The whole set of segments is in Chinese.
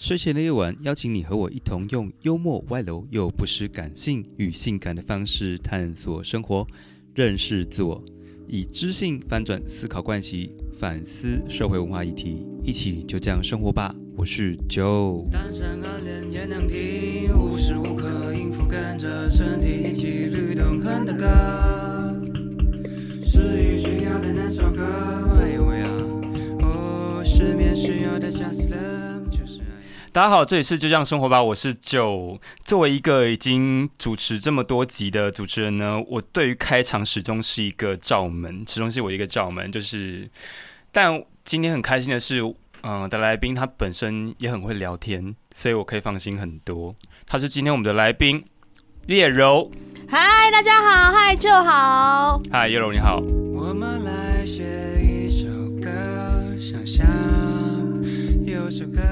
睡前的夜晚，邀请你和我一同用幽默、外露又不失感性与性感的方式探索生活，认识自我，以知性翻转思考惯习，反思社会文化议题，一起就这样生活吧。我是 Joe。 单身暗恋也能听，无时无刻应付跟着身体一起律动哼的歌，失语需要的那首歌，哎呦喂啊，哦，失眠需要的 Just Love 就是爱。 大家好，这里是就这样生活吧，我是Joe。作为一个已经主持这么多集的主持人呢，我对于开场始终是一个罩门，始终是我一个罩门。但今天很开心的是，的来宾他本身也很会聊天，所以我可以放心很多。他是今天我们的来宾叶柔。 嗨，大家好，嗨Joe好。 嗨，叶柔你好。 我们来写一首歌，想象有首歌。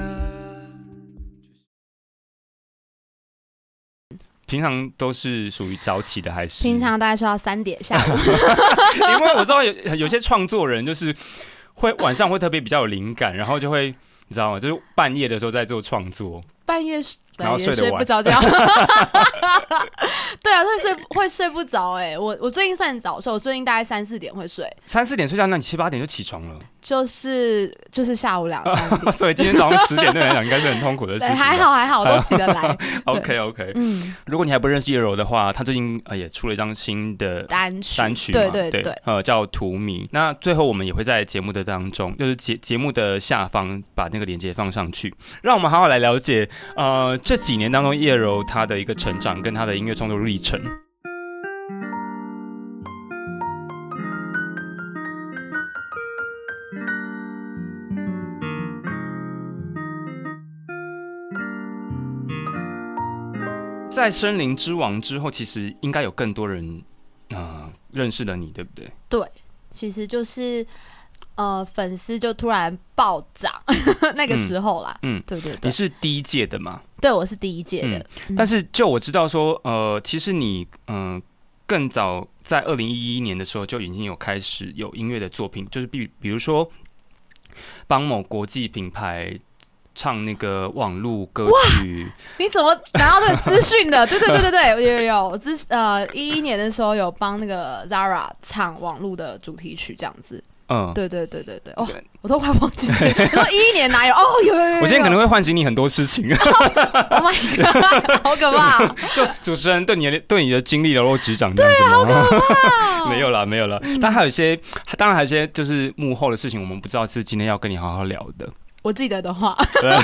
平常都是属于早起的还是？ 平常大概是要3点下午。 因为我知道有些创作人就是晚上会特别比较有灵感，然后就会你知道吗？就是半夜的时候在做创作， 半夜然后睡得晚不着觉。对啊，会睡不着哎。我最近算早睡，我最近大概3、4点会睡。 3、4点睡觉，那你7、8点就起床了？ 就是下午2、3点。 所以今天早上10点对你来讲应该是很痛苦的事情。 还好，我都起得来。 OK， 如果你还不认识叶柔的话，他最近也出了一张新的单曲嘛， 对， 叫《荼蘼》。那最后我们也会在节目的当中，就是节目的下方把那个链接放上去，让我们好好来了解这几年当中叶柔她的一个成长跟她的音乐创作历程。在森林之王之后，其实应该有更多人认识了你，对不对？ 对，其实就是粉丝就突然暴涨那个时候啦。对。 你是第一届的吗？ 对，我是第一届的。 但是就我知道说，其实你更早在2011年的时候就已经有开始有音乐的作品，就是比如说帮某国际品牌唱那个网络歌曲。 你怎么拿到这个资讯的？对，有。我2011年的时候有帮那个 Zara 唱网络的主题曲，这样子。对。哦，我都快忘记了。然后2011年哪有？哦，有。 我今天可能会唤醒你很多事情。 Oh my god， 好可怕！ 就主持人对你的经历了如指掌这样子吗？对啊，好可怕。 没有了。但还有一些，当然还有一些就是幕后的事情，我们不知道是今天要跟你好好聊的。 我记得的话，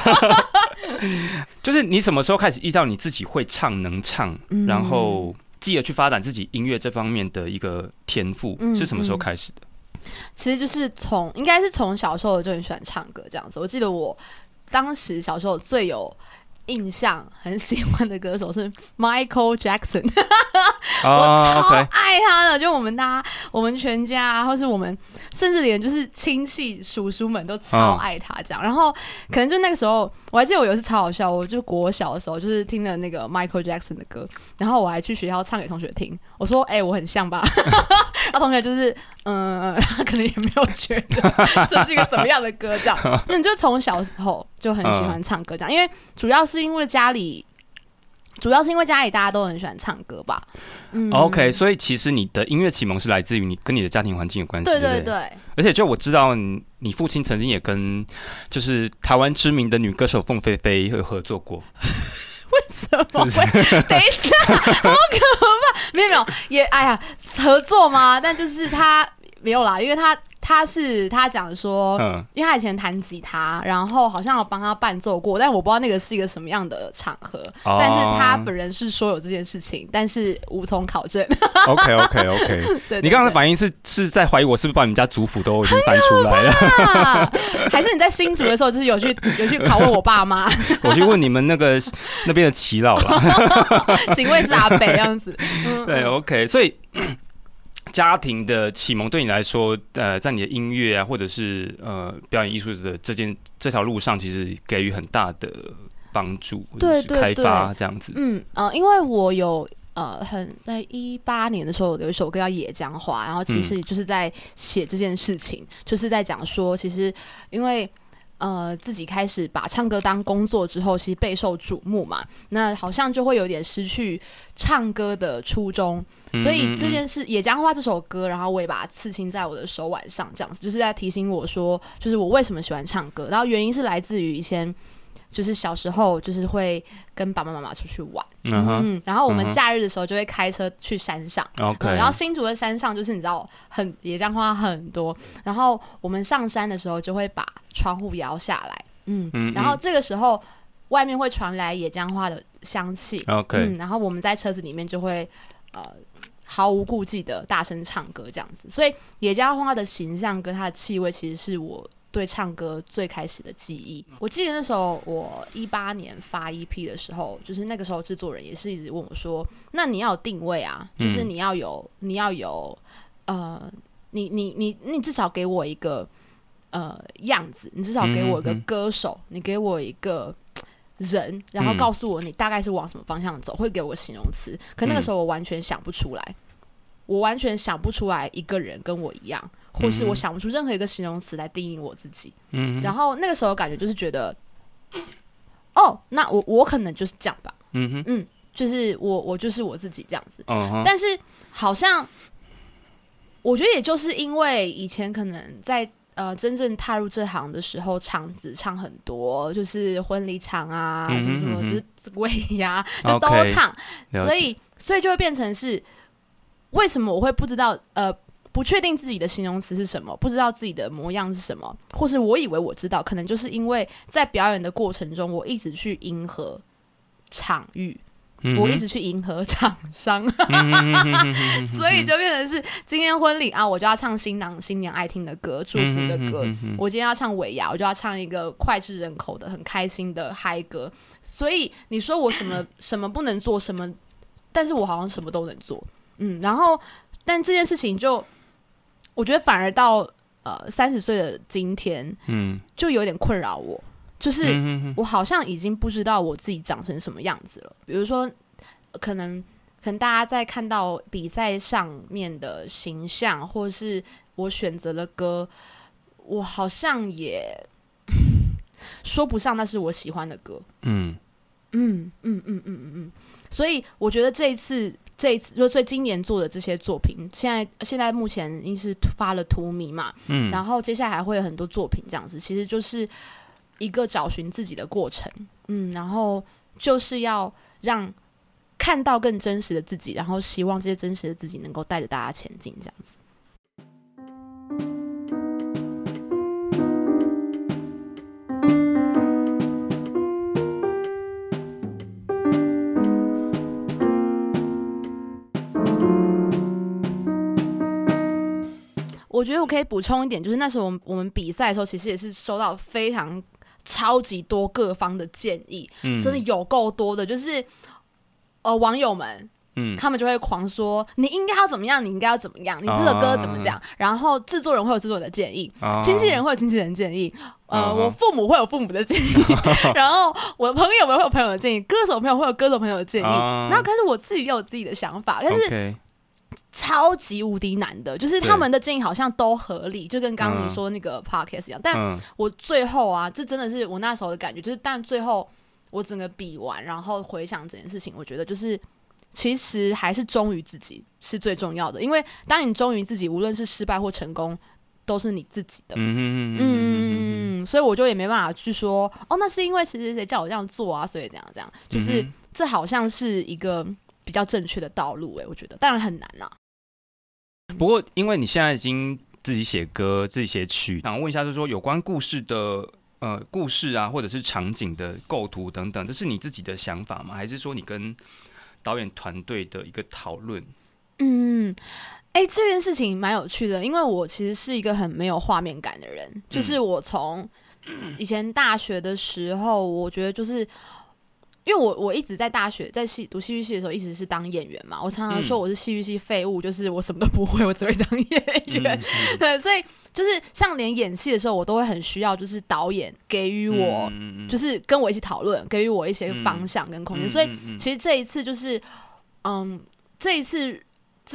就是你什么时候开始依照你自己会唱能唱，然后继而去发展自己音乐这方面的一个天赋，是什么时候开始的？ 其实就是应该是从小时候就很喜欢唱歌这样子。我记得我当时小时候最有印象很喜欢的歌手是 Michael Jackson。我超爱他的，就我们全家，或是我们甚至连就是亲戚叔叔们都超爱他这样。然后可能就那个时候，我还记得我有一次超好笑，我就国小的时候就是听了那个 Michael Jackson 的歌，然后我还去学校唱给同学听，我说我很像吧。然后同学就是他可能也没有觉得这是一个怎么样的歌这样。那你就从小时候就很喜欢唱歌这样，因为主要是因为家里大家都很喜欢唱歌吧。 OK， 所以其实你的音乐启蒙是来自于你跟你的家庭环境有关系。对。而且就我知道你父亲曾经也跟就是台湾知名的女歌手凤飞飞有合作过。 为什么会？等一下，好可怕！没有，也合作吗？但就是他没有啦，因为他讲说，因为他以前弹吉他，然后好像有帮他伴奏过，但我不知道那个是一个什么样的场合。但是他本人是说有这件事情，但是无从考证。 OK。对，你刚刚的反应是在怀疑我是不是把你们家族谱都已经翻出来了？ 还是你在新竹的时候就是有去拷问我爸妈？ 我去问你们那边的耆老了。 警卫是阿北这样子。 对 ，OK， 所以。家庭的启蒙对你来说，在你的音乐啊，或者是表演艺术的这条路上，其实给予很大的帮助，或者是开发这样子。 因为我有在2018年的时候有一首歌叫《野姜花》，然后其实就是在写这件事情，就是在讲说，其实因为自己开始把唱歌当工作之后，其实备受瞩目嘛，那好像就会有点失去唱歌的初衷。所以这件事《野姜花》这首歌，然后我也把它刺青在我的手腕上，这样子就是在提醒我说，就是我为什么喜欢唱歌。然后原因是来自于以前就是小时候就是会跟爸爸妈妈出去玩，然后我们假日的时候就会开车去山上，然后新竹的山上就是你知道野姜花很多，然后我们上山的时候就会把窗户摇下来，然后这个时候外面会传来野姜花的香气，然后我们在车子里面就会毫无顾忌的大声唱歌这样子。所以野姜花的形象跟它的气味其实是我对唱歌最开始的记忆。我记得那时候我18年发 EP 的时候，就是那个时候制作人也是一直问我说，那你要有定位啊，就是你要有你至少给我一个样子，你至少给我一个歌手，你给我一个人，然后告诉我你大概是往什么方向走，会给我形容词。可那个时候我完全想不出来，我完全想不出来一个人跟我一样，或是我想不出任何一个形容词来定义我自己。然后那个时候感觉就是觉得，那我可能就是这样吧。就是我就是我自己这样子。但是好像我觉得也就是因为以前可能在真正踏入这行的时候，场子唱很多，就是婚礼场啊，什么什么，就是尾牙就都唱，所以就会变成是为什么我会不知道不确定自己的形容词是什么，不知道自己的模样是什么，或是我以为我知道，可能就是因为在表演的过程中，我一直去迎合场域。我一直去迎合厂商，所以就变成是今天婚礼啊，我就要唱新郎新娘爱听的歌，祝福的歌。我今天要唱尾牙，我就要唱一个脍炙人口的很开心的嗨歌。所以你说我什么不能做，什么，但是我好像什么都能做。然后但这件事情就我觉得反而到30岁的今天，就有点困扰我。就是我好像已经不知道我自己长成什么样子了。比如说，可能大家在看到比赛上面的形象，或是我选择的歌，我好像也说不上那是我喜欢的歌。所以我觉得这一次，所以今年做的这些作品，现在目前已经是发了图迷嘛，然后接下来还会有很多作品这样子，其实就是一个找寻自己的过程，然后就是要让看到更真实的自己，然后希望这些真实的自己能够带着大家前进，这样子。我觉得我可以补充一点，就是那时候我们比赛的时候，其实也是收到非常超级多各方的建议，真的有够多的，就是网友们，他们就会狂说你应该要怎么样，你应该要怎么样，你这首歌怎么讲，然后制作人会有制作人的建议，经纪人会有经纪人的建议，我父母会有父母的建议，然后我的朋友们会有朋友的建议，歌手朋友会有歌手朋友的建议，然后但是我自己也有自己的想法，但是超级无敌难的，就是他们的建议好像都合理，就跟刚刚你说那个 podcast 一样，但我最后啊，这真的是我那时候的感觉，就是但最后我整个比完，然后回想这件事情，我觉得就是其实还是忠于自己是最重要的，因为当你忠于自己，无论是失败或成功，都是你自己的。所以我就也没办法去说那是因为谁谁谁叫我这样做啊，所以这样，就是这好像是一个比较正确的道路我觉得当然很难啦。 不过因为你现在已经自己写歌自己写曲，想问一下就是说有关故事的故事啊或者是场景的构图等等，这是你自己的想法吗？还是说你跟导演团队的一个讨论？ 这件事情蛮有趣的，因为我其实是一个很没有画面感的人，就是我从以前大学的时候，我觉得就是因为我一直在大学在读戏剧系的时候，一直是当演员嘛。我常常说我是戏剧系废物，就是我什么都不会，我只会当演员。对，所以就是像连演戏的时候，我都会很需要，就是导演给予我，就是跟我一起讨论，给予我一些方向跟空间。所以其实这一次就是，这一次这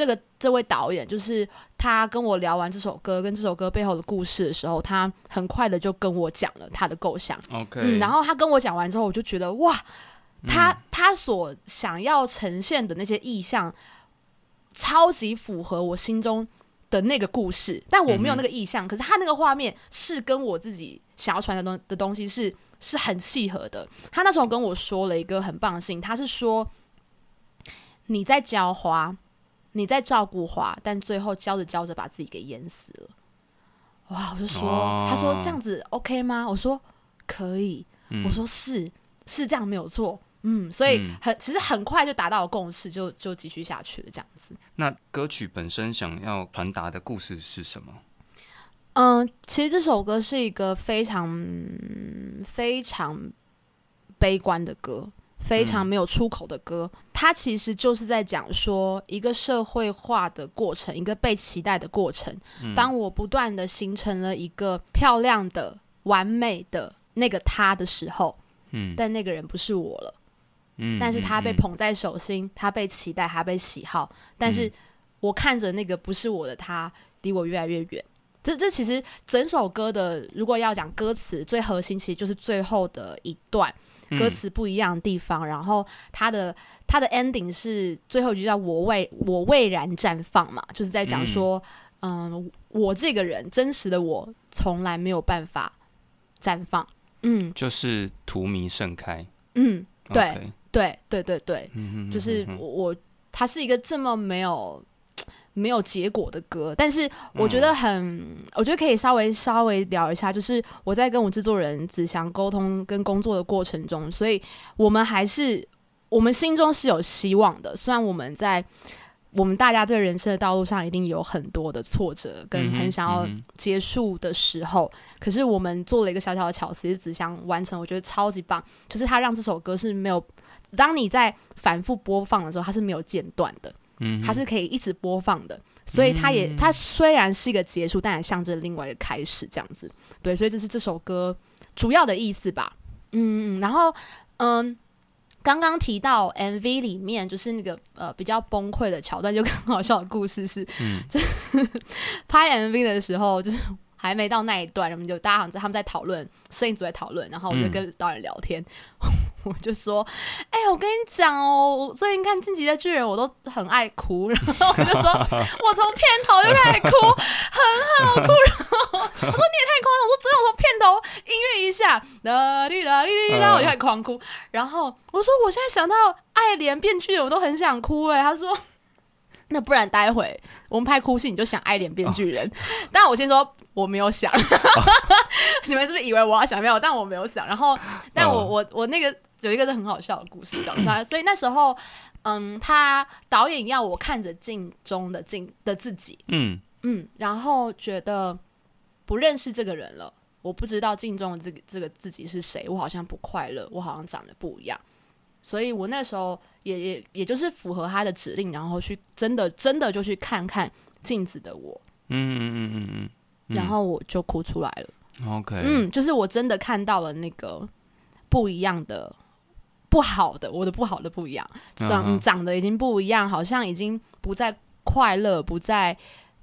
这位导演，就是他跟我聊完这首歌跟这首歌背后的故事的时候，他很快的就跟我讲了他的构想。 OK， 然后他跟我讲完之后，我就觉得哇，他所想要呈现的那些意象，超级符合我心中的那个故事，但我没有那个意象，可是他那个画面是跟我自己想要传达的东西是很契合的。他那时候跟我说了一个很棒的事情，他是说你在浇花，你在照顾花，但最后浇着浇着把自己给淹死了。哇！我就说，他说这样子 OK 吗？我说可以，我说是这样没有错。所以其实很快就达到了共识，就继续下去了这样子。 那歌曲本身想要传达的故事是什么？ 其实这首歌是一个非常非常悲观的歌，非常没有出口的歌。它其实就是在讲说一个社会化的过程，一个被期待的过程。当我不断的形成了一个漂亮的、完美的那个他的时候，但那个人不是我了。但是他被捧在手心，他被期待，他被喜好，但是我看着那个不是我的他离我越来越远。这其实整首歌的，如果要讲歌词，最核心其实就是最后的一段歌词不一样的地方，然后他的 ending 是最后就叫我蔚然绽放嘛，就是在讲说我这个人真实的我从来没有办法绽放， 就是荼蘼盛开， 对对对对对，就是它是一个这么没有结果的歌，但是我觉得我觉得可以稍微聊一下，就是我在跟我制作人子祥沟通跟工作的过程中，所以我们心中是有希望的，虽然我们大家这个人生的道路上一定有很多的挫折跟很想要结束的时候，可是我们做了一个小小的巧思，是子祥完成，我觉得超级棒，就是他让这首歌是没有，当你在反复播放的时候，它是没有间断的，它是可以一直播放的，所以它虽然是一个结束，但也象征另外一个开始，这样子。对，所以这是这首歌主要的意思吧。然后刚刚提到 MV 里面就是那个比较崩溃的桥段，就更好笑的故事是，就是拍 MV 的时候，就是还没到那一段，我们就大家他们在讨论，摄影组在讨论，然后我就跟导演聊天，我就说，我跟你讲哦，我最近看《进击的巨人》，我都很爱哭，然后我就说，我从片头就开始哭，很好哭，然后我说你也太夸张，我说真的，我从片头音乐一下，啦哩啦哩哩啦，我就开始狂哭，然后我说我现在想到爱莲变巨人，我都很想哭他说。那不然待会我们拍哭戏，你就想爱莲变巨人。但我先说我没有想，你们是不是以为我要想？没有，但我没有想。然后，但我那个有一个是很好笑的故事讲出来，所以那时候，他导演要我看着镜中的自己，然后觉得不认识这个人了，我不知道镜中的这个自己是谁，我好像不快乐，我好像长得不一样。所以我那时候也就是符合他的指令，然后去真的就去看看镜子的我，然后我就哭出来了。 OK， 就是我真的看到了那个不一样的、不好的，我的不好的不一样，长得已经不一样，好像已经不再快乐，不再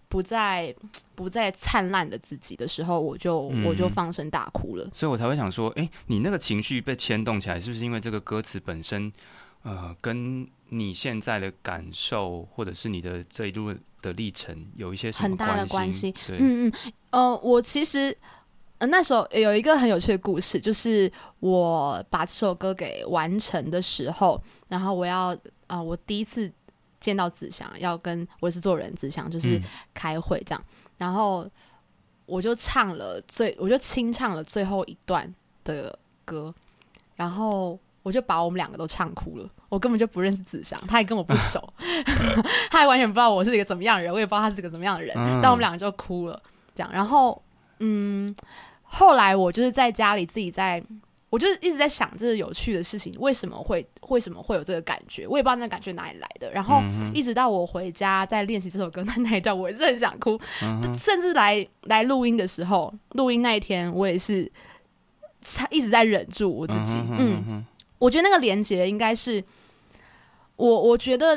灿烂的自己的时候，我就放声大哭了。 所以我才会想说，你那个情绪被牵动起来，是不是因为这个歌词本身，跟你现在的感受，或者是你的这一路的历程有一些什么很大的关系？ 对， 我其实那时候有一个很有趣的故事，就是我把这首歌给完成的时候，然后我第一次见到子祥，要跟我的制作人子祥就是开会这样，然后我就清唱了最后一段的歌，然后我就把我们两个都唱哭了。我根本就不认识子祥，他也跟我不熟，他也完全不知道我是一个怎么样的人，我也不知道他是个怎么样的人，但我们两个就哭了这样。然后后来我就是在家里自己我就一直在想这个有趣的事情，为什么会有这个感觉？我也不知道那感觉哪里来的。然后一直到我回家在练习这首歌那一段，我也是很想哭。甚至来录音的时候，录音那一天，我也是一直在忍住我自己。我觉得那个连结应该是我觉得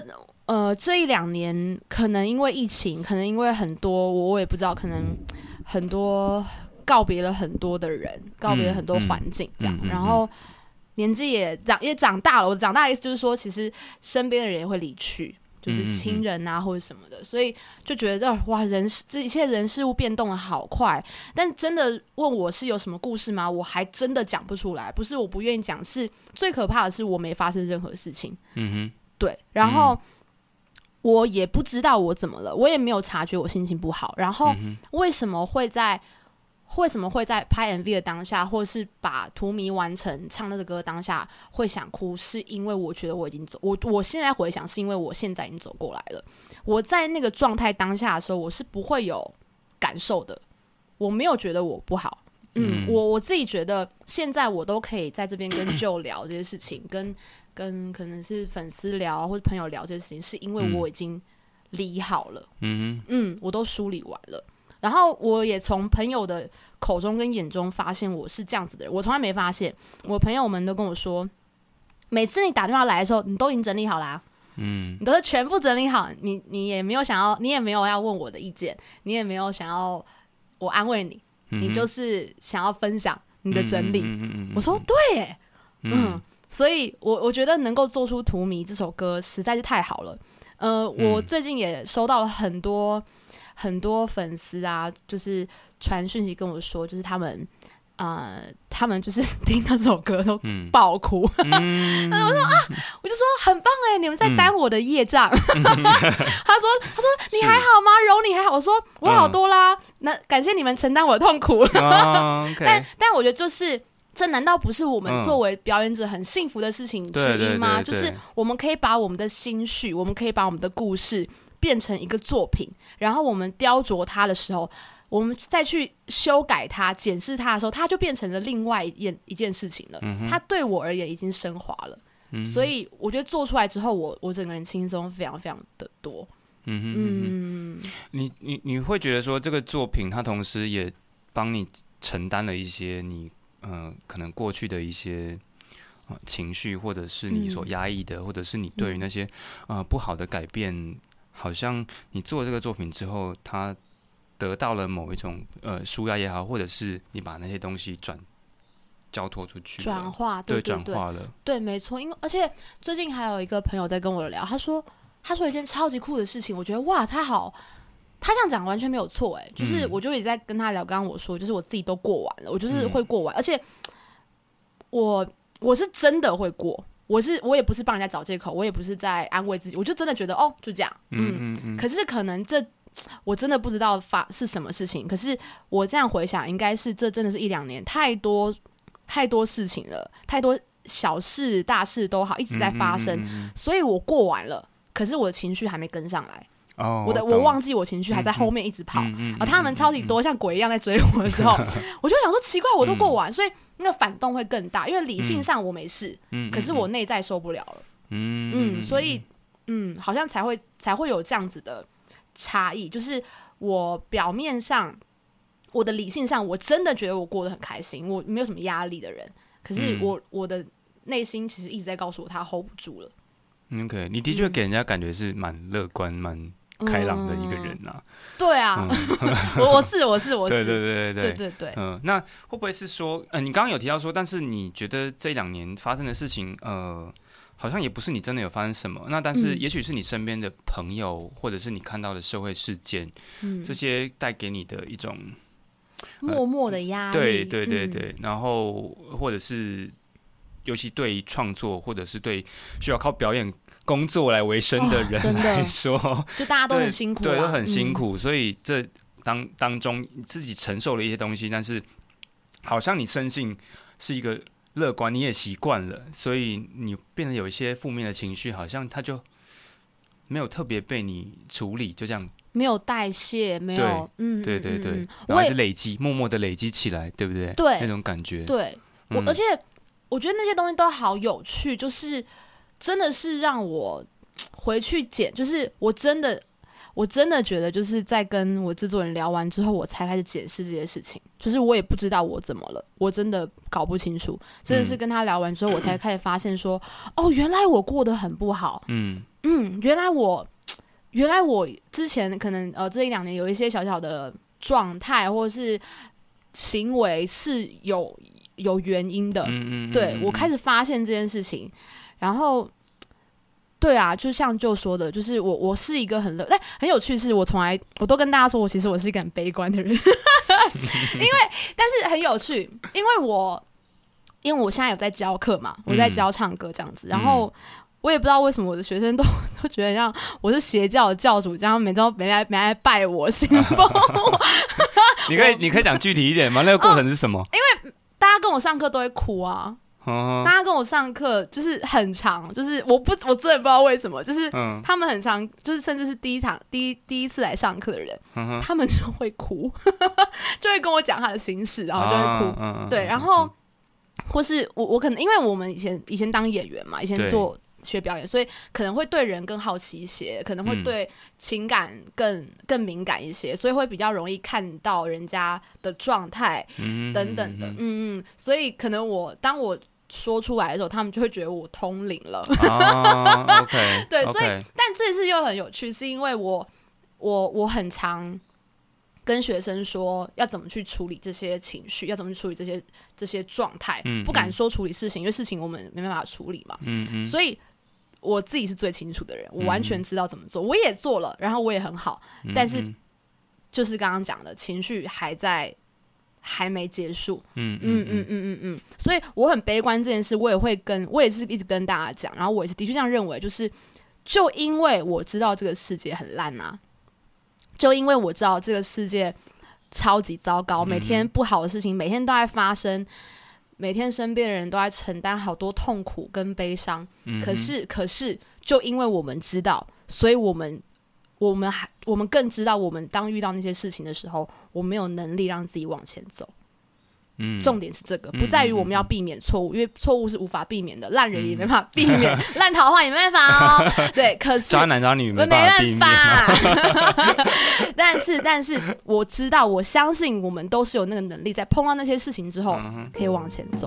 这一两年可能因为疫情，可能因为很多我也不知道，可能很多告别了很多的人，告别了很多环境这样，然后年纪也长大了。我长大的意思就是说，其实身边的人也会离去，就是亲人啊或者什么的，所以就觉得哇，这一切人事物变动的好快。但真的问我是有什么故事吗？我还真的讲不出来。不是我不愿意讲，是最可怕的是我没发生任何事情。对，然后我也不知道我怎么了，我也没有察觉我心情不好。然后为什么会在拍 MV 的当下，或是把荼蘼完成唱那首歌当下会想哭，是因为我觉得我已经我现在回想是因为我现在已经走过来了。我在那个状态当下的时候，我是不会有感受的，我没有觉得我不好。我自己觉得现在我都可以在这边跟Joe聊这些事情，跟可能是粉丝聊或者朋友聊这些事情，是因为我已经理好了。我都梳理完了。然后我也从朋友的口中跟眼中发现我是这样子的人，我从来没发现。我朋友们都跟我说，每次你打电话来的时候，你都已经整理好啦，你都是全部整理好，你也没有想要，你也没有要问我的意见，你也没有想要我安慰你，你就是想要分享你的整理。我说对耶，所以我觉得能够做出《荼蘼》这首歌实在是太好了。我最近也收到了很多粉丝啊，就是传讯息跟我说，就是他们就是听到这首歌都爆哭。我就说很棒哎，你们在担我的业障。他说你还好吗？柔你还好？我说我好多啦，那感谢你们承担我的痛苦。但我觉得就是这难道不是我们作为表演者很幸福的事情之一吗？就是我们可以把我们的心绪，我们可以把我们的故事变成一个作品，然后我们雕琢它的时候，我们再去修改它、检视它的时候，它就变成了另外一件事情了。它对我而言已经升华了。所以我觉得做出来之后，我整个人轻松非常非常的多。 你会觉得说这个作品它同时也帮你承担了一些你可能过去的一些情绪，或者是你所压抑的，或者是你对于那些不好的改变，好像你做了这个作品之后，它得到了某一种抒压也好，或者是你把那些东西交托出去， 转化，对， 转化了， 对，没错。而且最近还有一个朋友在跟我聊，他说一件超级酷的事情，我觉得哇，他这样讲完全没有错哎，就是我就也在跟他聊，刚刚我说就是我自己都过完了，我就是会过完，而且我是真的会过，我也不是帮人家找借口，我也不是在安慰自己，我就真的觉得就这样，可是可能我真的不知道是什么事情，可是我这样回想，应该是这真的是1-2年太多事情了，太多小事大事都好一直在发生，所以我过完了，可是我的情绪还没跟上来。我忘记我情绪还在后面一直跑，他们超级多像鬼一样在追我的时候，我就想说奇怪，我都过完，所以那个反动会更大，因为理性上我没事，可是我内在受不了了，所以好像才会有这样子的差异，就是我表面上我的理性上我真的觉得我过得很开心，我没有什么压力的人，可是我的内心其实一直在告诉我他 hold 不住了。 OK， 你的确给人家感觉是蛮乐观、蛮开朗的一个人啊。 对啊，我是。 对。那会不会是说，你刚刚有提到说，但是你觉得这1-2年发生的事情，好像也不是你真的有发生什么，那但是也许是你身边的朋友，或者是你看到的社会事件，这些带给你的一种默默的压力。 对，然后或者是尤其对于创作，或者是对需要靠表演工作来为生的人来说， 就大家都很辛苦， 对，都很辛苦，所以这当中自己承受了一些东西，但是好像你生性是一个乐观，你也习惯了，所以你变得有一些负面的情绪，好像它就没有特别被你处理，就这样没有代谢，没有， 对，然后还是累积，默默的累积起来，对不对？ 对， 那种感觉， 对，而且我觉得那些东西都好有趣，就是真的是让我回去剪，就是我真的觉得，就是在跟我制作人聊完之后，我才开始解释这些事情。就是我也不知道我怎么了，我真的搞不清楚。真的是跟他聊完之后，我才开始发现说，原来我过得很不好。 原来我之前可能这1-2年有一些小小的状态或是行为是有原因的，对，我开始发现这件事情，然后对啊，就像就说的，就是我是一个很很有趣，是我都跟大家说我其实是一个很悲观的人，但是很有趣，因为我现在有在教课嘛，我在教唱歌这样子，然后我也不知道为什么我的学生都觉得像我是邪教的教主，这样每周没来拜我信奉我。 你可以讲具体一点吗？那个过程是什么？ 因为大家跟我上课都会哭啊。大家跟我上课就是很长，就是我真的不知道为什么，就是他们很长，就是甚至是第一次来上课的人，他们就会哭，就会跟我讲他的心事，然后就会哭。对，然后或是我可能因为我们以前当演员嘛，以前学表演，所以可能会对人更好奇一些，可能会对情感更敏感一些，所以会比较容易看到人家的状态等等的，所以可能当我说出来的时候，他们就会觉得我通灵了。 OK， 对，所以但这次又很有趣，是因为我很常跟学生说要怎么去处理这些情绪，要怎么去处理这些状态，不敢说处理事情，因为事情我们没办法处理嘛。所以我自己是最清楚的人，我完全知道怎么做，我也做了，然后我也很好，但是就是刚刚讲的情绪还没结束，所以我很悲观这件事，我也是一直跟大家讲，然后我也是的确这样认为，就因为我知道这个世界很烂啊，就因为我知道这个世界超级糟糕，每天不好的事情每天都在发生，每天身边的人都在承担好多痛苦跟悲伤，可是就因为我们知道，所以我们更知道，我们当遇到那些事情的时候，我们有能力让自己往前走。重点是这个，不在于我们要避免错误，因为错误是无法避免的，烂人也没办法避免，烂桃花也没办法哦。对，可是渣男渣女没办法。 但是我知道，我相信我们都是有那个能力，在碰到那些事情之后，可以往前走。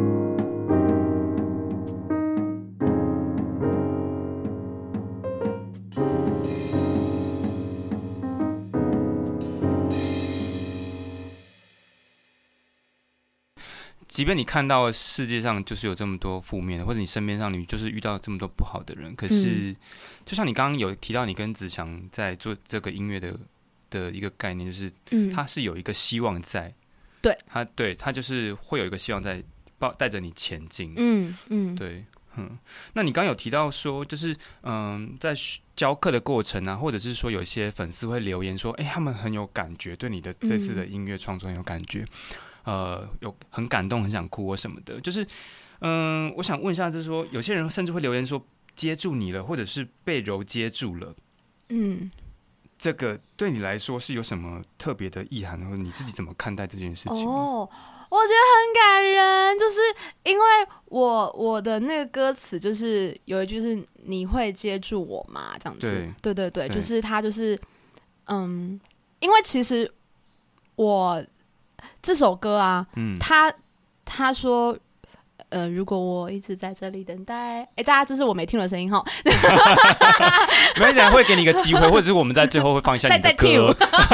即便你看到世界上就是有这么多负面的，或者你身边上你就是遇到这么多不好的人，可是就像你刚刚有提到，你跟子强在做这个音乐的一个概念，就是他是有一个希望在，他就是会有一个希望在带着你前进，对，那你刚刚有提到说，就是在教课的过程啊，或者是说有一些粉丝会留言说，他们很有感觉，对你的这次的音乐创作很有感觉。有很感动，很想哭或什么的，就是我想问一下，就是说有些人甚至会留言说接住你了，或者是被柔接住了，这个对你来说是有什么特别的意涵，或者你自己怎么看待这件事情？ 我觉得很感人，就是因为我的那个歌词就是有一句是你会接住我吗？这样子，对，就是他就是因为其实我。这首歌啊，他说，如果我一直在这里等待，大家这是我没听的声音哈， 没关系，会给你一个机会，或者是我们在最后会放一下你的歌。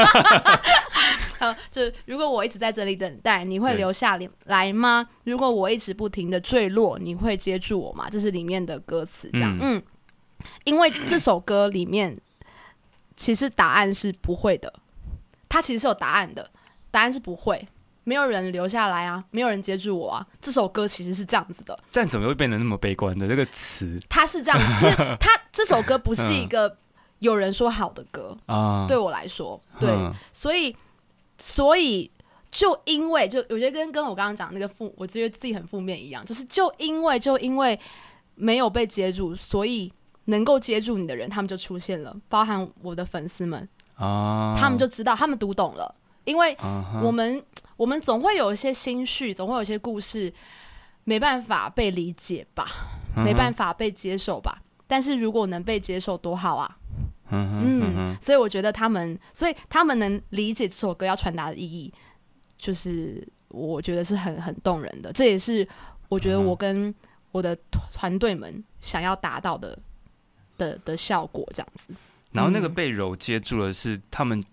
就如果我一直在这里等待，你会留下来吗？如果我一直不停的坠落，你会接住我吗？这是里面的歌词，这样，因为这首歌里面其实答案是不会的，它其实是有答案的。答案是不会，没有人留下来啊，没有人接住我啊。这首歌其实是这样子的， 但怎么会变得那么悲观的这个词？ 它是这样，就是它这首歌不是一个有人说好的歌啊，对我来说，对，所以就因为我觉得跟我刚刚讲那个我觉得自己很负面一样，就是就因为没有被接住，所以能够接住你的人，他们就出现了，包含我的粉丝们啊，他们就知道，他们读懂了。因为我们总会有一些心绪，总会有一些故事没办法被理解吧，没办法被接受吧。但是如果能被接受，多好啊！所以我觉得他们能理解这首歌要传达的意义，就是我觉得是很动人的。这也是我觉得我跟我的团队们想要达到的的效果这样子。 然后那个被揉接住了，是他们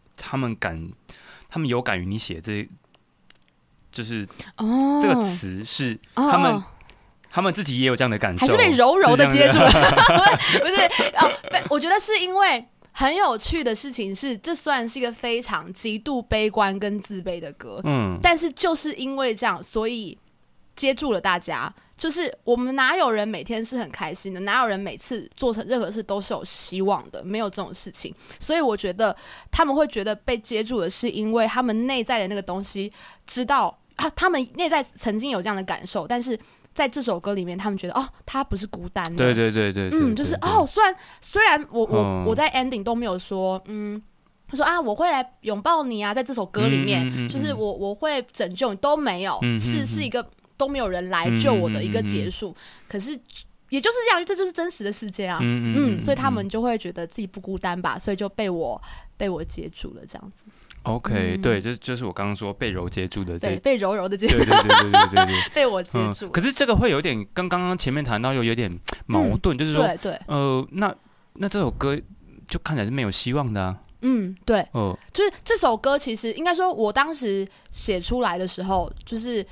有感于你写这，就是这个词是他们自己也有这样的感受， 还是被柔柔的接住了？不是我觉得是因为很有趣的事情是，这虽然是一个非常极度悲观跟自卑的歌，但是就是因为这样，所以接住了大家。就是我们哪有人每天是很开心的，哪有人每次做成任何事都是有希望的，没有这种事情。所以我觉得他们会觉得被接住的是因为他们内在的那个东西知道他们内在曾经有这样的感受，但是在这首歌里面他们觉得他不是孤单的。对，就是虽然我在 ending 都没有说他说我会来拥抱你啊，在这首歌里面就是我会拯救你都没有，是一个都没有人来救我的一个结束，可是也就是这样，这就是真实的世界啊，所以他们就会觉得自己不孤单吧，所以就被我接住了这样子。 OK， 对，就是我刚刚说被揉接住的， 对，被柔柔的接住， 对， 被我接住。 可是这个会有点跟刚刚前面谈到有点矛盾，就是说， 对， 那这首歌就看起来是没有希望的啊。 对，就是这首歌其实应该说，我当时写出来的时候，就是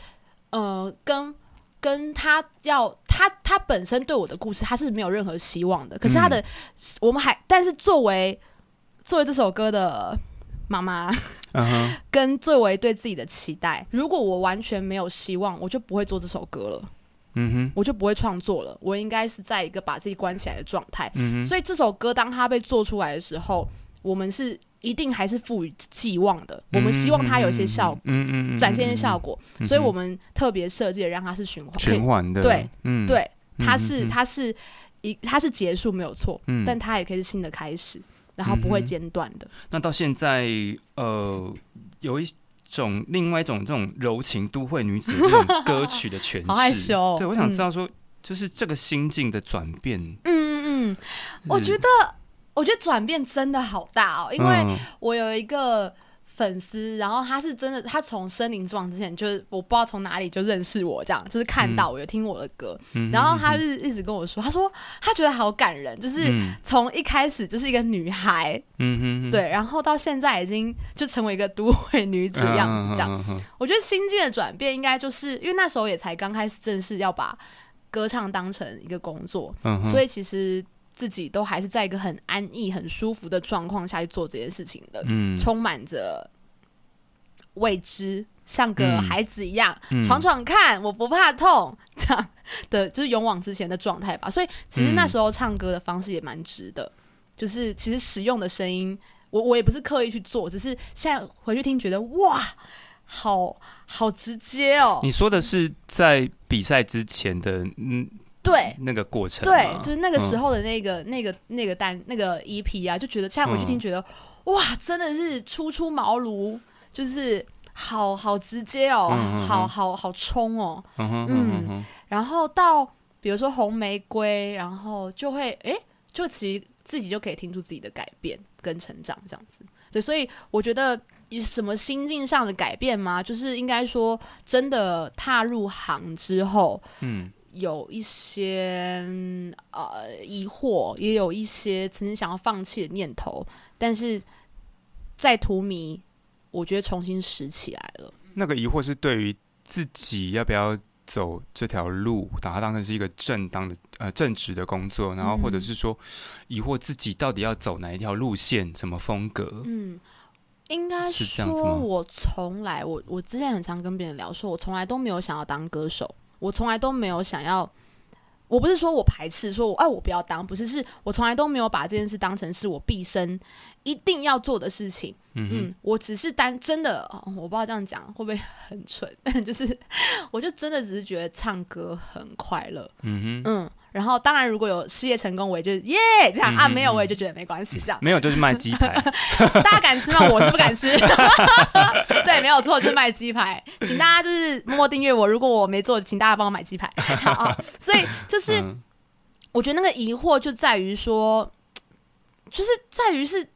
跟他本身对我的故事，他是没有任何希望的。可是但是作为这首歌的妈妈，跟作为对自己的期待，如果我完全没有希望，我就不会做这首歌了。我就不会创作了。我应该是在一个把自己关起来的状态。所以这首歌当它被做出来的时候，我们是一定还是赋予寄望的。我们希望它有一些效果，展现一些效果，所以我们特别设计的让它是循环的。对，对，它是结束没有错，但它也可以是新的开始，然后不会间断的。 那到现在，有另外一种这种柔情都会女子这种歌曲的诠释， 好害羞哦。 对，我想知道说，就是这个心境的转变。 我觉得转变真的好大哦，因为我有一个粉丝，然后他是真的，他从森林之王之前就是我不知道从哪里就认识我，这样就是看到我有听我的歌，然后他就是一直跟我说，他说他觉得好感人，就是从一开始就是一个女孩，对，然后到现在已经就成为一个都会女子的样子，这样。我觉得心境的转变应该就是因为那时候也才刚开始正式要把歌唱当成一个工作，所以其实自己都还是在一个很安逸很舒服的状况下去做这件事情的，充满着未知，像个孩子一样，闯闯看，我不怕痛，这样的就是勇往直前的状态吧。所以其实那时候唱歌的方式也蛮直的，就是其实使用的声音我也不是刻意去做，只是现在回去听觉得哇好直接哦。 你说的是在比赛之前的对那个过程， 对，就是那个时候的那个 EP 啊，就觉得现在回去听觉得哇，真的是初毛炉，就是好直接哦，好冲哦，然后到比如说红玫瑰，然后就会就其实自己就可以听出自己的改变跟成长这样子。对，所以我觉得有什么心境上的改变吗？就是应该说真的踏入行之后，有一些疑惑，也有一些曾经想要放弃的念头，但是在荼蘼，我觉得重新拾起来了。 那个疑惑是对于自己要不要走这条路，把它当成是一个正职的工作，然后或者是说疑惑自己到底要走哪一条路线，什么风格？ 应该说我从来我之前很常跟别人聊说，我从来都没有想要当歌手。我从来都没有想要，我不是说我排斥，说我不要当，不是，是我从来都没有把这件事当成是我毕生一定要做的事情。我只是真的，我不知道这样讲会不会很蠢，就是我就真的只是觉得唱歌很快乐。然后当然如果有事业成功，我也就耶这样没有我也就觉得没关系，这样没有就是卖鸡排。 大家敢吃吗？我是不敢吃。对，没有错，就是卖鸡排，请大家就是默默订阅我，如果我没做，请大家帮我买鸡排。好，所以就是我觉得那个疑惑就在于说，就是在于是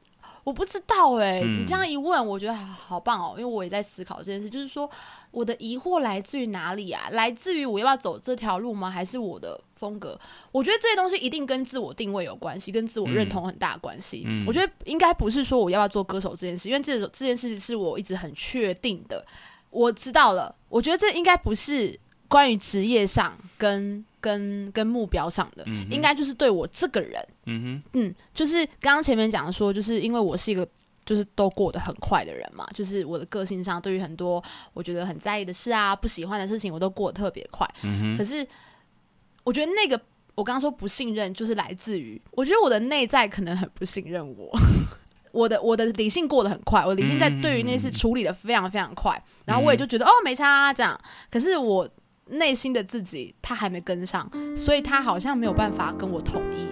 我不知道你这样一问，我觉得好棒哦，因为我也在思考这件事，就是说我的疑惑来自于哪里啊？来自于我要不要走这条路吗？还是我的风格？我觉得这些东西一定跟自我定位有关系，跟自我认同很大的关系。我觉得应该不是说我要不要做歌手这件事，因为这件事是我一直很确定的。我知道了，我觉得这应该不是关于职业上跟目标上的，应该就是对我这个人，就是刚刚前面讲说，就是因为我是一个就是都过得很快的人嘛，就是我的个性上，对于很多我觉得很在意的事啊、不喜欢的事情，我都过得特别快。可是我觉得那个我刚刚说不信任，就是来自于我觉得我的内在可能很不信任我。我的理性过得很快，我理性在对于那事处理的非常非常快，然后我也就觉得没差啊这样。可是我内心的自己他还没跟上，所以他好像没有办法跟我统一。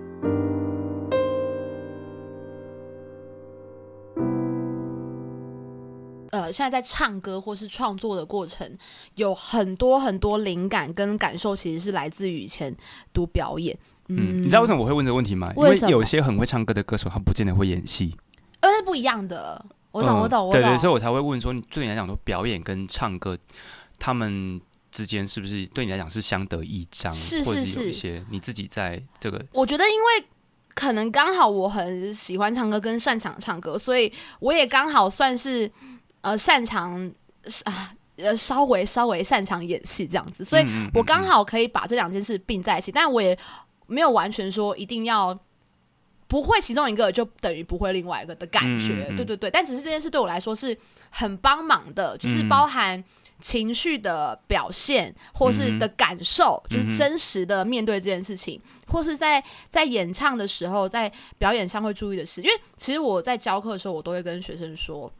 现在在唱歌或是创作的过程，有很多很多灵感跟感受，其实是来自于以前读表演。 你知道为什么我会问这个问题吗？因为有些很会唱歌的歌手，他不见得会演戏， 那是不一样的。我懂。 对，所以我才会问说，对你来讲说，表演跟唱歌，他们之间是不是对你来讲是相得益彰？ 是， 或者是有一些你自己在这个， 我觉得因为可能刚好我很喜欢唱歌跟擅长唱歌，所以我也刚好算是擅长稍微擅长演戏这样子，所以我刚好可以把这两件事并在一起，但我也没有完全说一定要不会其中一个就等于不会另外一个的感觉。对，但只是这件事对我来说是很帮忙的，就是包含情绪的表现或是的感受，就是真实的面对这件事情，或是在演唱的时候，在表演上会注意的事。因为其实我在教课的时候，我都会跟学生说，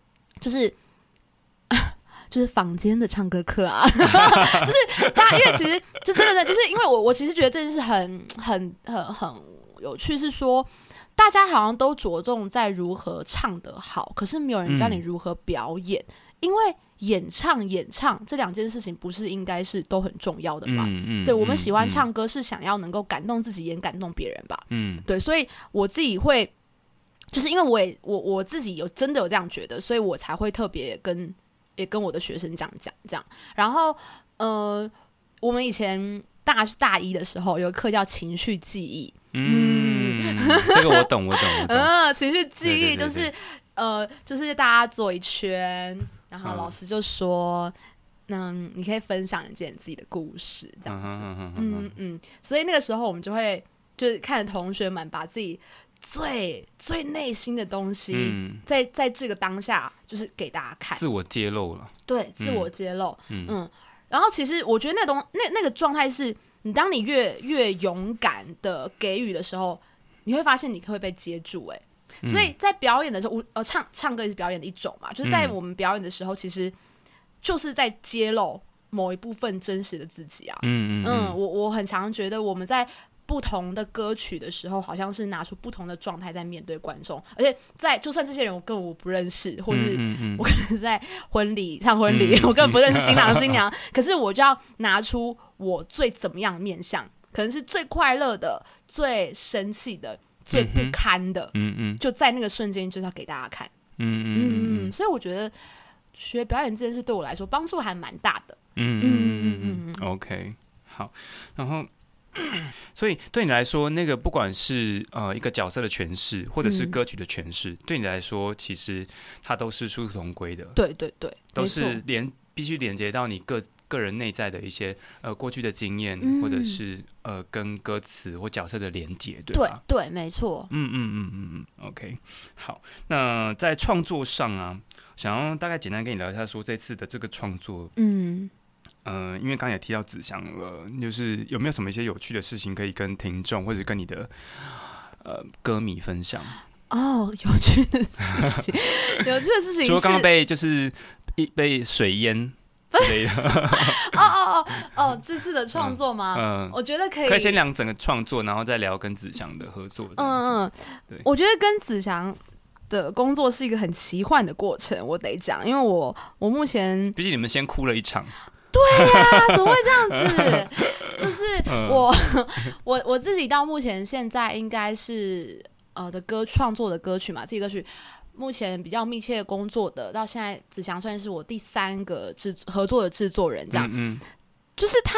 就是坊间的唱歌课啊，就是大家因为其实就真的就是因为我其实觉得这件事很有趣，是说大家好像都着重在如何唱得好，可是没有人教你如何表演，因为演唱这两件事情不是应该是都很重要的吗？对，我们喜欢唱歌是想要能够感动自己也感动别人吧。对，所以我自己会就是因为我自己真的有这样觉得，所以我才会特别也跟我的学生讲这样。然后我们以前大一的时候有个课叫情绪记忆。 这个我懂。 情绪记忆就是就是大家坐一圈，然后老师就说，你可以分享一件自己的故事，这样子。所以那个时候我们就是看着同学们把自己最内心的东西，在这个当下就是给大家看， 自我揭露了。对， 自我揭露。然后其实我觉得那个状态是，当你越勇敢的给予的时候，你会发现你会被接住。所以在表演的时候，唱歌也是表演的一种嘛，就是在我们表演的时候，其实就是在揭露某一部分真实的自己啊。我很常觉得我们在不同的歌曲的时候，好像是拿出不同的状态在面对观众，而且就算这些人我根本不认识，或是我可能是在唱婚礼，我根本不认识新郎新娘，可是我就要拿出我最怎么样的面向，可能是最快乐的、最生气的、最不堪的，就在那个瞬间就是要给大家看。所以我觉得学表演这件事对我来说帮助还蛮大的。 OK， 好，然后。所以对你来说，那个不管是一个角色的诠释，或者是歌曲的诠释，对你来说，其实它都是殊途同归的。 对， 都是必须连接到你个人内在的一些过去的经验，或者是跟歌词或角色的连结，对吧？ 对，没错。 OK， 好，那在创作上啊，想要大概简单跟你聊一下，说这次的这个创作，因为刚才也提到子祥了，就是有没有什么一些有趣的事情可以跟听众或者跟你的歌迷分享？ 有趣的事情，除了刚刚被水淹之类的。 这次的创作吗？我觉得可以先聊整个创作，然后再聊跟子祥的合作。 对，我觉得跟子祥的工作是一个很奇幻的过程，我得讲，因为我目前， 毕竟你们先哭了一场。 对呀，怎么会这样子？就是我自己到目前现在应该是的歌创作的歌曲嘛，自己歌曲。目前比较密切工作的，到现在子祥算是我第3个合作的制作人，这样，就是他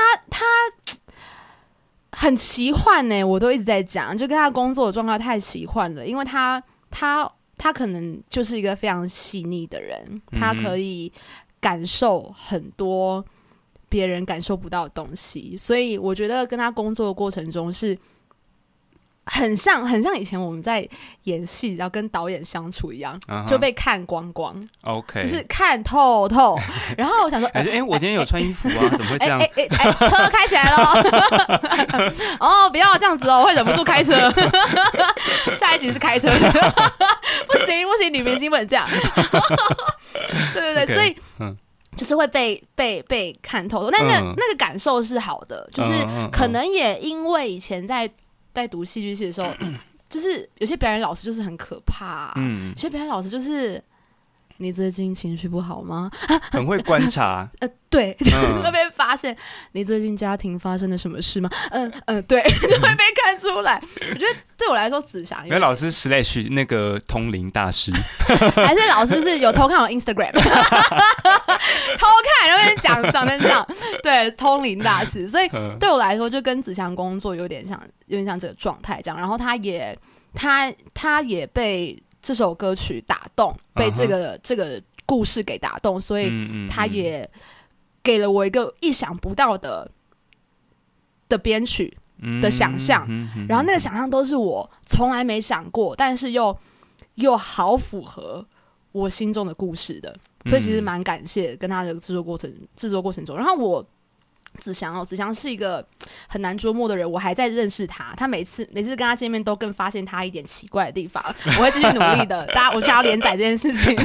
很奇幻呢，我都一直在讲，就跟他工作的状态太奇幻了，因为他可能就是一个非常细腻的人，他可以感受很多别人感受不到的东西，所以我觉得跟他工作的过程中是很像以前我们在演戏，然后跟导演相处一样，就被看光光 ，OK， 就是看透透。然后我想说， 我今天有穿衣服啊，怎么会这样？ 车开起来了，哦，不要这样子哦，我会忍不住开车。下一集是开车，不行，女明星不能这样。对， okay， 所以就是会被看透，但那个感受是好的，就是可能也因为以前在读戏剧系的时候，就是有些表演老师就是很可怕，有些表演老师就是你最近情绪不好吗？ 很会观察， 对，就是会被发现你最近家庭发生了什么事吗？对，就会被看出来。我觉得对我来说，子祥因为老师/那个通灵大师， 还是老师是有偷看我 Instagram， 偷看然后讲成这样，对，通灵大师。所以对我来说，就跟子祥工作有点像这个状态这样。然后他也被这首歌曲打动，被这个故事给打动，所以他也给了我一个意想不到的编曲的想象，然后那个想象都是我从来没想过，但是又好符合我心中的故事的，所以其实蛮感谢跟他的制作过程中。然后子祥是一个很难捉摸的人，我还在认识他。他每次跟他见面，都更发现他一点奇怪的地方。我会继续努力的，我就要连载这件事情。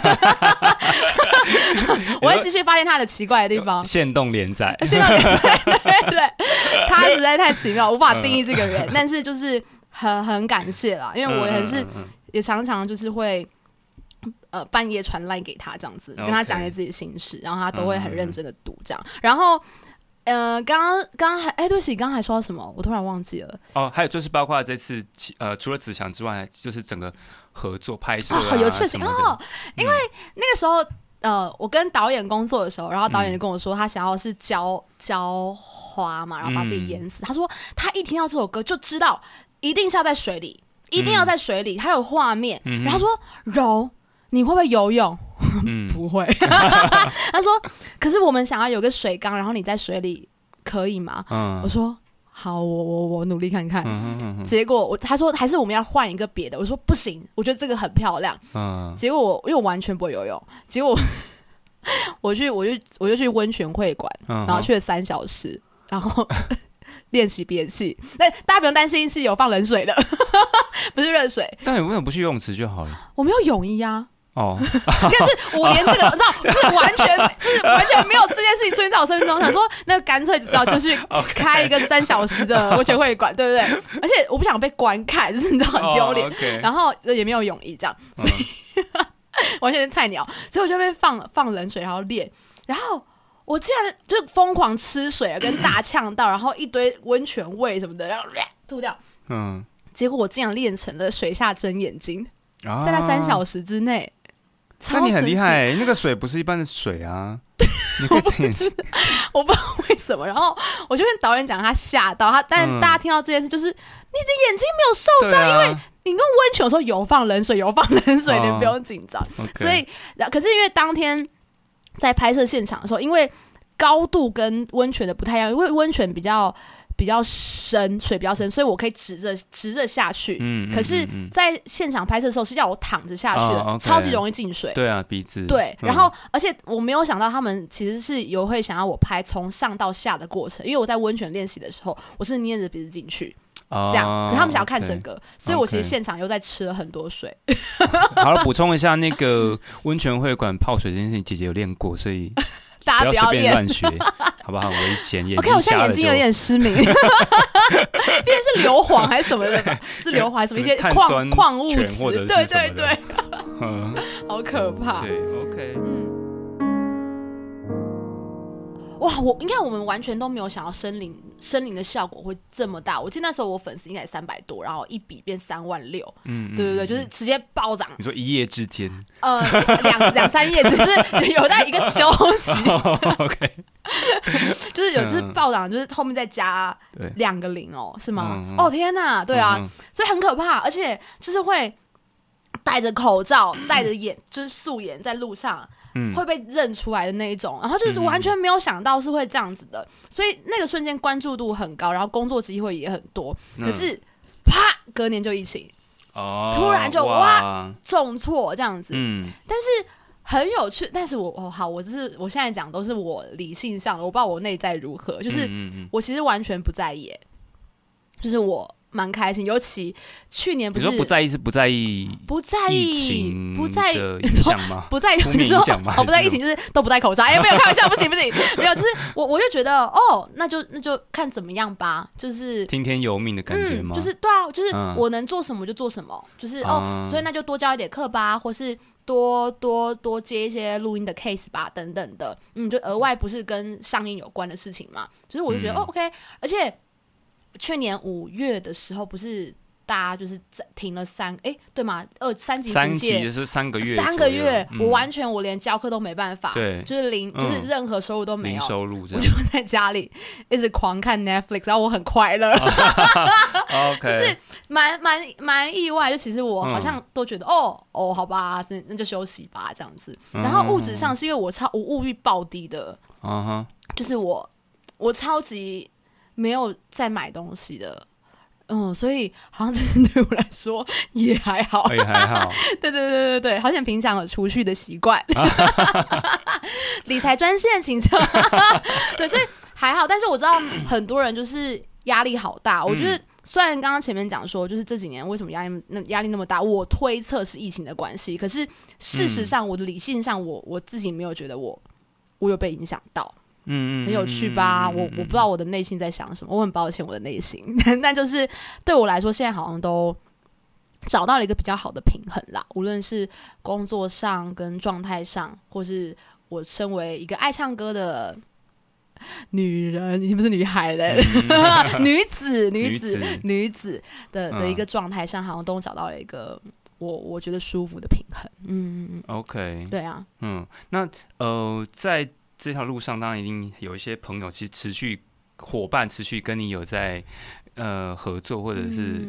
我会继续发现他的奇怪的地方。 限动连载， 对，他实在太奇妙，无法定义这个人。但是就是很感谢啦，因为我也常常就是会半夜传赖给他这样子，跟他讲一些自己的心事，然后他都会很认真的读这样，然后。刚刚还对不起，刚刚还说到什么？我突然忘记了。 还有就是包括这次除了子祥之外，就是整个合作拍摄有确实因为那个时候我跟导演工作的时候，然后导演就跟我说，他想要是浇花嘛，然后把自己淹死。他说他一听到这首歌就知道一定是要在水里，一定要在水里，他有画面。然后他说柔，你会不会游泳？不会。他说可是我们想要有个水缸，然后你在水里可以吗？我说好，我努力看看。结果他说还是我们要换一个别的。我说不行，我觉得这个很漂亮。结果因为我完全不会游泳，结果我就去温泉会馆，然后去了3小时，然后练习憋气。但大家不用担心，是有放冷水的，不是热水。 但你为什么不去游泳池就好了？ 我没有泳衣啊。你看，我连这个，你知道，就是完全没有这件事情出现在我生命中。想说，那干脆就去开一个3小时的温泉会馆，对不对？而且我不想被观看，就是你知道很丢脸。然后也没有泳衣这样，所以完全是菜鸟。所以我就被放冷水，然后练。然后我竟然就疯狂吃水，跟大呛到，然后一堆温泉味什么的，然后吐掉。结果我竟然练成了水下睁眼睛，在那3小时之内。 那你很厉害，那个水不是一般的水啊！你可以睁眼睛， 我不知道为什么。然后我就跟导演讲，他吓到他，但大家听到这件事，就是你的眼睛没有受伤，因为你跟温泉的时候有放冷水，你不用紧张。所以，可是因为当天在拍摄现场的时候，因为高度跟温泉的不太一样，因为温泉比较深，水比较深，所以我可以直着下去。可是，在现场拍摄的时候是要我躺着下去的，超级容易进水。 对啊，鼻子。对， 然后而且我没有想到他们其实是会想要我拍从上到下的过程，因为我在温泉练习的时候，我是捏着鼻子进去。这样，可是他们想要看整个，所以我其实现场又在吃了很多水。 好了，补充一下，那个温泉会馆泡水这件事情，姐姐有练过，所以。 大家不要随便乱学，好不好？很危险。 OK， 我现在眼睛有点失明，毕竟是硫磺还是什么的吧？是硫磺还是什么一些矿物质？对，好可怕。 对 ，OK。 哇，我们完全都没有想到森林的效果会这么大。我记得那时候我粉丝应该300多，然后一笔变36000，对，就是直接暴涨。 你说一夜之间 ？2、3夜之间，就是有在一个周期。 OK， 就是有就是暴涨，就是后面再加2个0哦，是吗？哦天哪，对啊，所以很可怕，而且就是会戴着口罩、戴着就是素颜在路上。会被认出来的那一种，然后就是完全没有想到是会这样子的，所以那个瞬间关注度很高，然后工作机会也很多。可是，啪，隔年就疫情，突然就哇重挫这样子。但是很有趣。但是我现在讲都是我理性上的，我不知道我内在如何，就是我其实完全不在意，就是我。蛮开心，尤其去年不是你说不在意是不在意疫情的影响吗？ 不在意负面影响吗？ 不在意疫情就是都不戴口罩。没有开玩笑，不行，没有，就是我就觉得那就看怎么样吧，就是听天由命的感觉吗？ 就是对啊，就是我能做什么就做什么，就是所以那就多教一点课吧，或是多接一些录音的 case 吧，等等的，就额外不是跟上映有关的事情嘛，就是我就觉得OK， 而且。去年5月的时候，不是大家就是停了对吗？3级警戒就是3个月 ，3个月，我连教课都没办法，对，就是就是任何收入都没有， 零收入这样， 我就在家里一直狂看 Netflix， 然后我很快乐，就是蛮意外，就其实我好像都觉得好吧，那就休息吧这样子。然后物质上是因为我物欲爆低的，就是我超级。没有在买东西的，所以好像真的对我来说也还好， 也还好。 对，好像平常有储蓄的习惯，理财专线请求。对，所以还好。但是我知道很多人就是压力好大。我觉得虽然刚刚前面讲说，就是这几年为什么压力那么大，我推测是疫情的关系。可是事实上，我的理性上，我自己没有觉得我有被影响到。很有趣吧？我不知道我的内心在想什么，我很抱歉我的内心，但就是对我来说，现在好像都找到了一个比较好的平衡啦。无论是工作上跟状态上，或是我身为一个爱唱歌的女人，已经不是女孩了，女子的一个状态上，好像都找到了一个我觉得舒服的平衡。 OK， 对啊， 那在这条路上，当然一定有一些朋友，其实伙伴持续跟你有在合作，或者是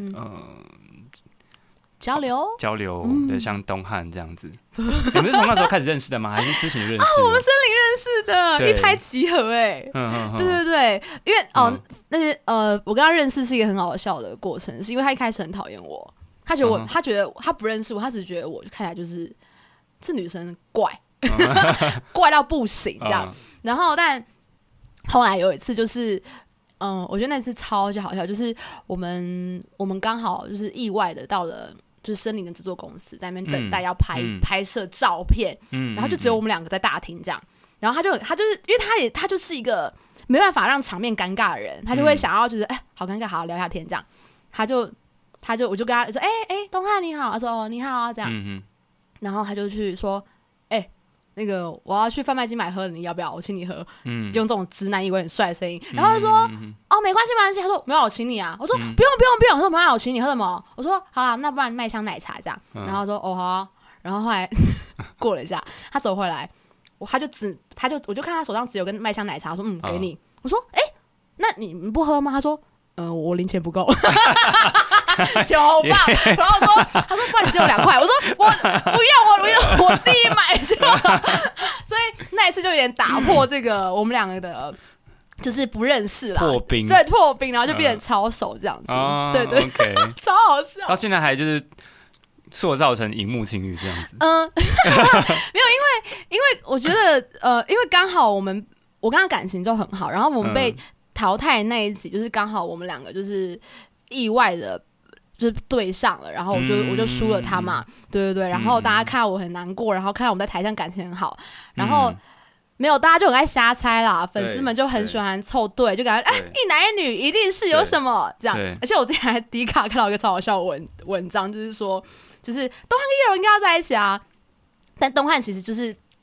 交流， 对，像东汉这样子，你们是从那时候开始认识的吗？还是之前认识？ 我们森林认识的，一拍即合对，因为那些我跟他认识是一个很好笑的过程，是因为他一开始很讨厌我，他觉得他不认识我，他只觉得我看起来就是这女生怪。怪到不行这样，然后但后来有一次就是我觉得那次超级好笑，就是我们刚好就是意外的到了就是森林的制作公司，在那边等待要拍摄照片，然后就只有我们2个在大厅这样，然后他就是因为他就是一个没办法让场面尴尬的人，他就会想要就是好尴尬，好聊一下天这样，我就跟他说东汉你好，他说你好啊这样，然后他就去说那个我要去贩卖机买喝的，你要不要？我请你喝。用这种直男以为很帅的声音，然后他说没关系。他说没有，我请你啊。我说不用。我说没有，我请你喝什么？我说好啦，那不然麦香奶茶这样。然后他说好啊。然后后来过了一下，他走回来，我就看他手上只有根麦香奶茶，说给你。我说那你不喝吗？他说我零钱不够。超棒！然后他说不然你借我2块，我说我不要，我自己买就好。所以那一次就有点打破这个我们2个的，就是不认识啦，破冰，然后就变成超熟这样子。对，okay， 超好笑。 到现在还就是塑造成荧幕情侣这样子。 没有，因为我觉得因为刚好我跟他感情就很好，然后我们被淘汰那一集，就是刚好我们2个就是意外的。就是对上了，然后我就输了他嘛，对，然后大家看到我很难过，然后看到我们在台上感情很好，然后没有，大家就很爱瞎猜啦，粉丝们就很喜欢凑对，就感觉一男一女一定是有什么这样，而且我之前还迪卡看到一个超好笑的文章，就是说就是东汉跟叶柔应该要在一起啊，但东汉其实就是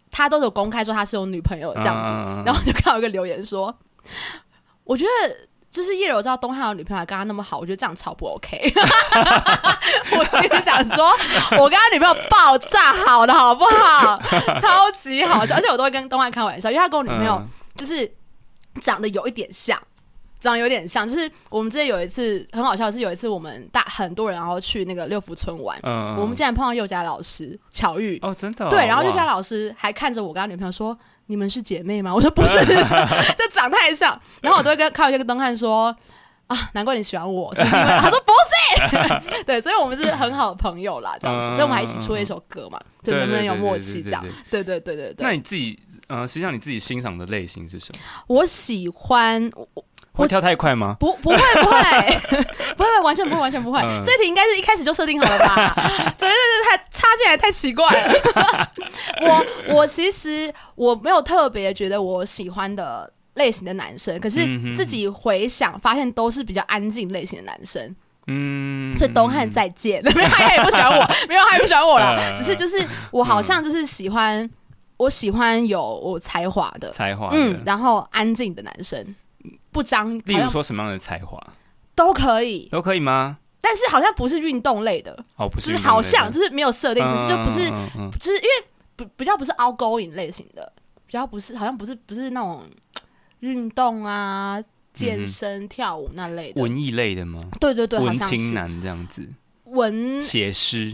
他都有公开说他是有女朋友这样子，然后就看到一个留言说，我觉得就是叶柔知道东汉有女朋友还跟他那么好，我觉得这样超不 OK。我心里想说，我跟他女朋友爆炸好的好不好？超级好笑，而且我都会跟东汉开玩笑，因为他跟我女朋友就是长得有一点像。长得有点像，就是我们之前有一次很好笑的是，有一次我们很多人然后去那个六福村玩，我们竟然碰到佑嘉老师巧遇哦，真的、哦、 对，然后佑嘉老师还看着我跟他女朋友说：“你们是姐妹吗？”我说：“不是，这长太像。”然后我都会开玩笑跟东汉说：“啊，难怪你喜欢我，是不是因为？”他说：“不是。”对，所以我们是很好的朋友啦，这样子，所以我们还一起出了一首歌嘛，就能不能有默契这样？对对对对对。 那你自己实际上你自己欣赏的类型是什么？ 我喜欢。 会跳太快吗？ 不会不会，完全不会完全不会。这题应该是一开始就设定好了吧？这太插进来太奇怪了。我其实我没有特别觉得我喜欢的类型的男生，可是自己回想发现都是比较安静类型的男生。所以东汉再见，没有他也不喜欢我，没有他也不喜欢我了，只是就是我好像就是喜欢我喜欢有才华的，然后安静的男生。不张， 例如说什么样的才华都可以吗？ 但是好像不是运动类的哦，不是， 就是好像就是没有设定，只是就不是，就是因为比较不是 outgoing 类型的，比较不是好像不是那种运动啊、健身、跳舞那类的， 文艺类的吗？ 对对对， 文青男这样子，写诗。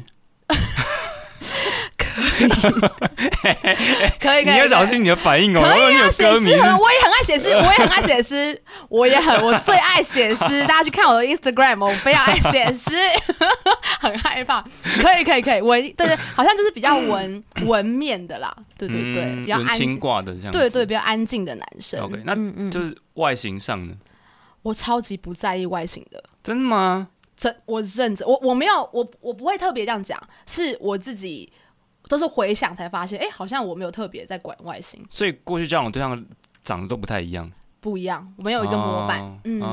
可以， 你要小心你的反应哦。 可以啊，写诗，我也很爱写诗，我最爱写诗。大家去看我的 Instagram， 我非常爱写诗，很害怕。可以，对，好像就是比较文面的啦，对对对，比较文青挂的这样子， 对对，比较安静的男生。 OK， 那就是外形上呢？ 我超级不在意外形的， 真的吗？ 我认真，我没有，我不会特别这样讲，是我自己。都是回想才发现，好像我没有特别在管外形， 所以过去交往对象长得都不太一样， 不一样，我没有一个模板。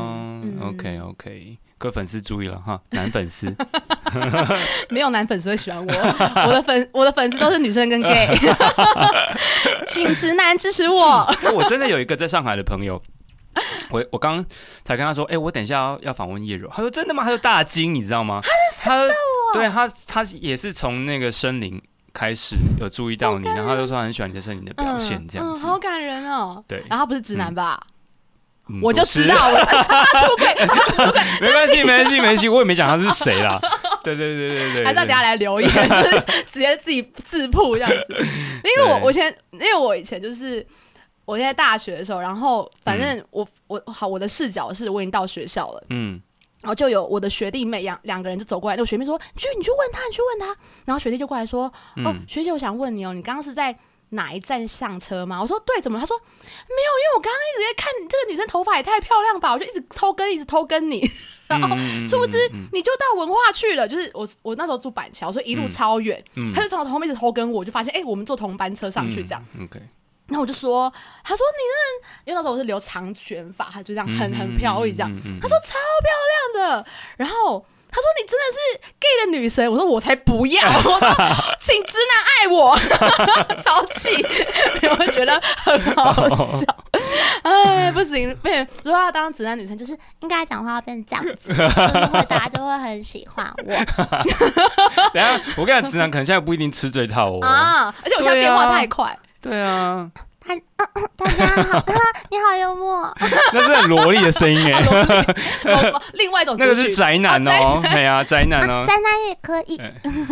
OK， 各位粉丝注意了哈，男粉丝没有男粉丝会喜欢我，我的粉丝都是女生跟 gay， 请直男支持我。 我真的有一个在上海的朋友。我刚才跟他说，我等一下要访问叶柔，他说真的吗？他说大惊，你知道吗？ 他知道我， 对他也是从那个森林开始有注意到你，然后他就说他很喜欢你的森林的表现，这样子， 好感人哦。 对， 然后他不是直男吧？我就知道，他出轨， 没关系，我也没讲他是谁啦。对， 还是要等下来留言，就是直接自己自曝这样子。因为我以前就是。我现在大学的时候，然后反正我的视角是我已经到学校了，然后就有我的学弟妹两个人就走过来，那我学妹说你去问他，然后学弟就过来说，学姐我想问你哦，你刚刚是在哪一站上车吗？我说对，怎么了？他说没有，因为我刚刚一直在看这个女生头发也太漂亮吧，我就一直偷跟你，然后殊不知你就到文化去了，就是我那时候住板桥，所以一路超远，他就从我后面一直偷跟我就发现我们坐同班车上去这样，OK。然后我就说，他说你因为那时候我是留长卷发，他就这样很飘逸这样，他说超漂亮的，然后他说你真的是 gay 的女神，我说我才不要，我说请直男爱我，超气，我就觉得很好笑，不行，如果要当直男女生，就是应该讲话要变这样子，就是大家就会很喜欢我。 等一下，我跟你讲，直男可能现在不一定吃这套哦， 而且我现在变化太快。 对啊， 大家好，你好幽默， 那是很萝莉的声音另外一种那个是宅男哦，对啊，宅男哦， 宅男也可以，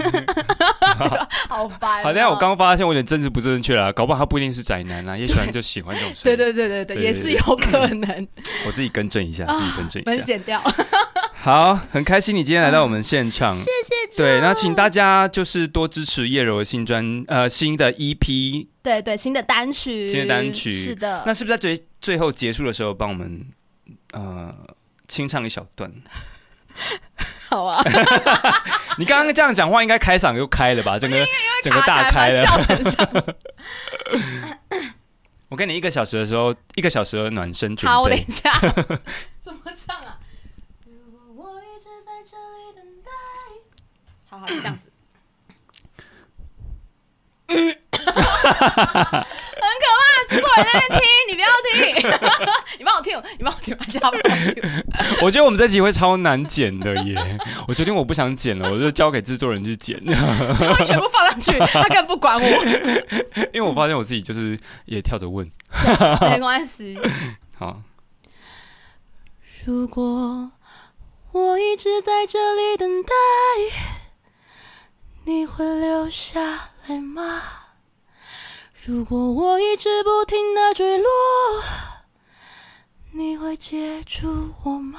好烦。 好，等一下我刚发现我有点政治不正确了，搞不好他不一定是宅男啊，也喜欢就喜欢这种声音，对，也是有可能。 我自己更正一下， 把你剪掉。 好，很开心你今天来到我们现场， 谢谢。 对，那请大家就是多支持叶柔的新的 EP， 对，新的单曲，是的。 那是不是在最后结束的时候帮我们清唱一小段？ 好啊。 你刚刚这样讲话，应该开嗓又开了吧？整个大开了， 笑成这样子。 我给你1个小时的时候，1个小时的暖身准备。 好，我等一下。怎么唱啊？如果我一直在这里等待。好，就这样子。 制作人在那边听，你不要听，你帮我听，叫他帮我听。 我觉得我们这集会超难剪的耶，我决定我不想剪了，我就交给制作人去剪。 他会全部放上去，他根本不管我。 因为我发现我自己就是也跳着问， 没关系。 好。 如果我一直在这里等待，你会留下来吗？如果我一直不停地坠落，你会接住我吗？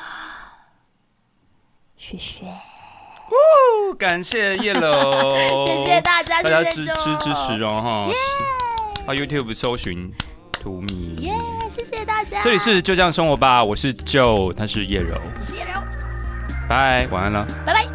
谢谢。 感谢叶楼， 谢谢大家， 大家谢谢支持哦哈。 耶！ 到 YouTube 搜寻图米。 耶！谢谢大家。 这里是就这样生活吧，我是 Joe， 他是叶柔。 我是叶柔。 拜，晚安了。 拜拜。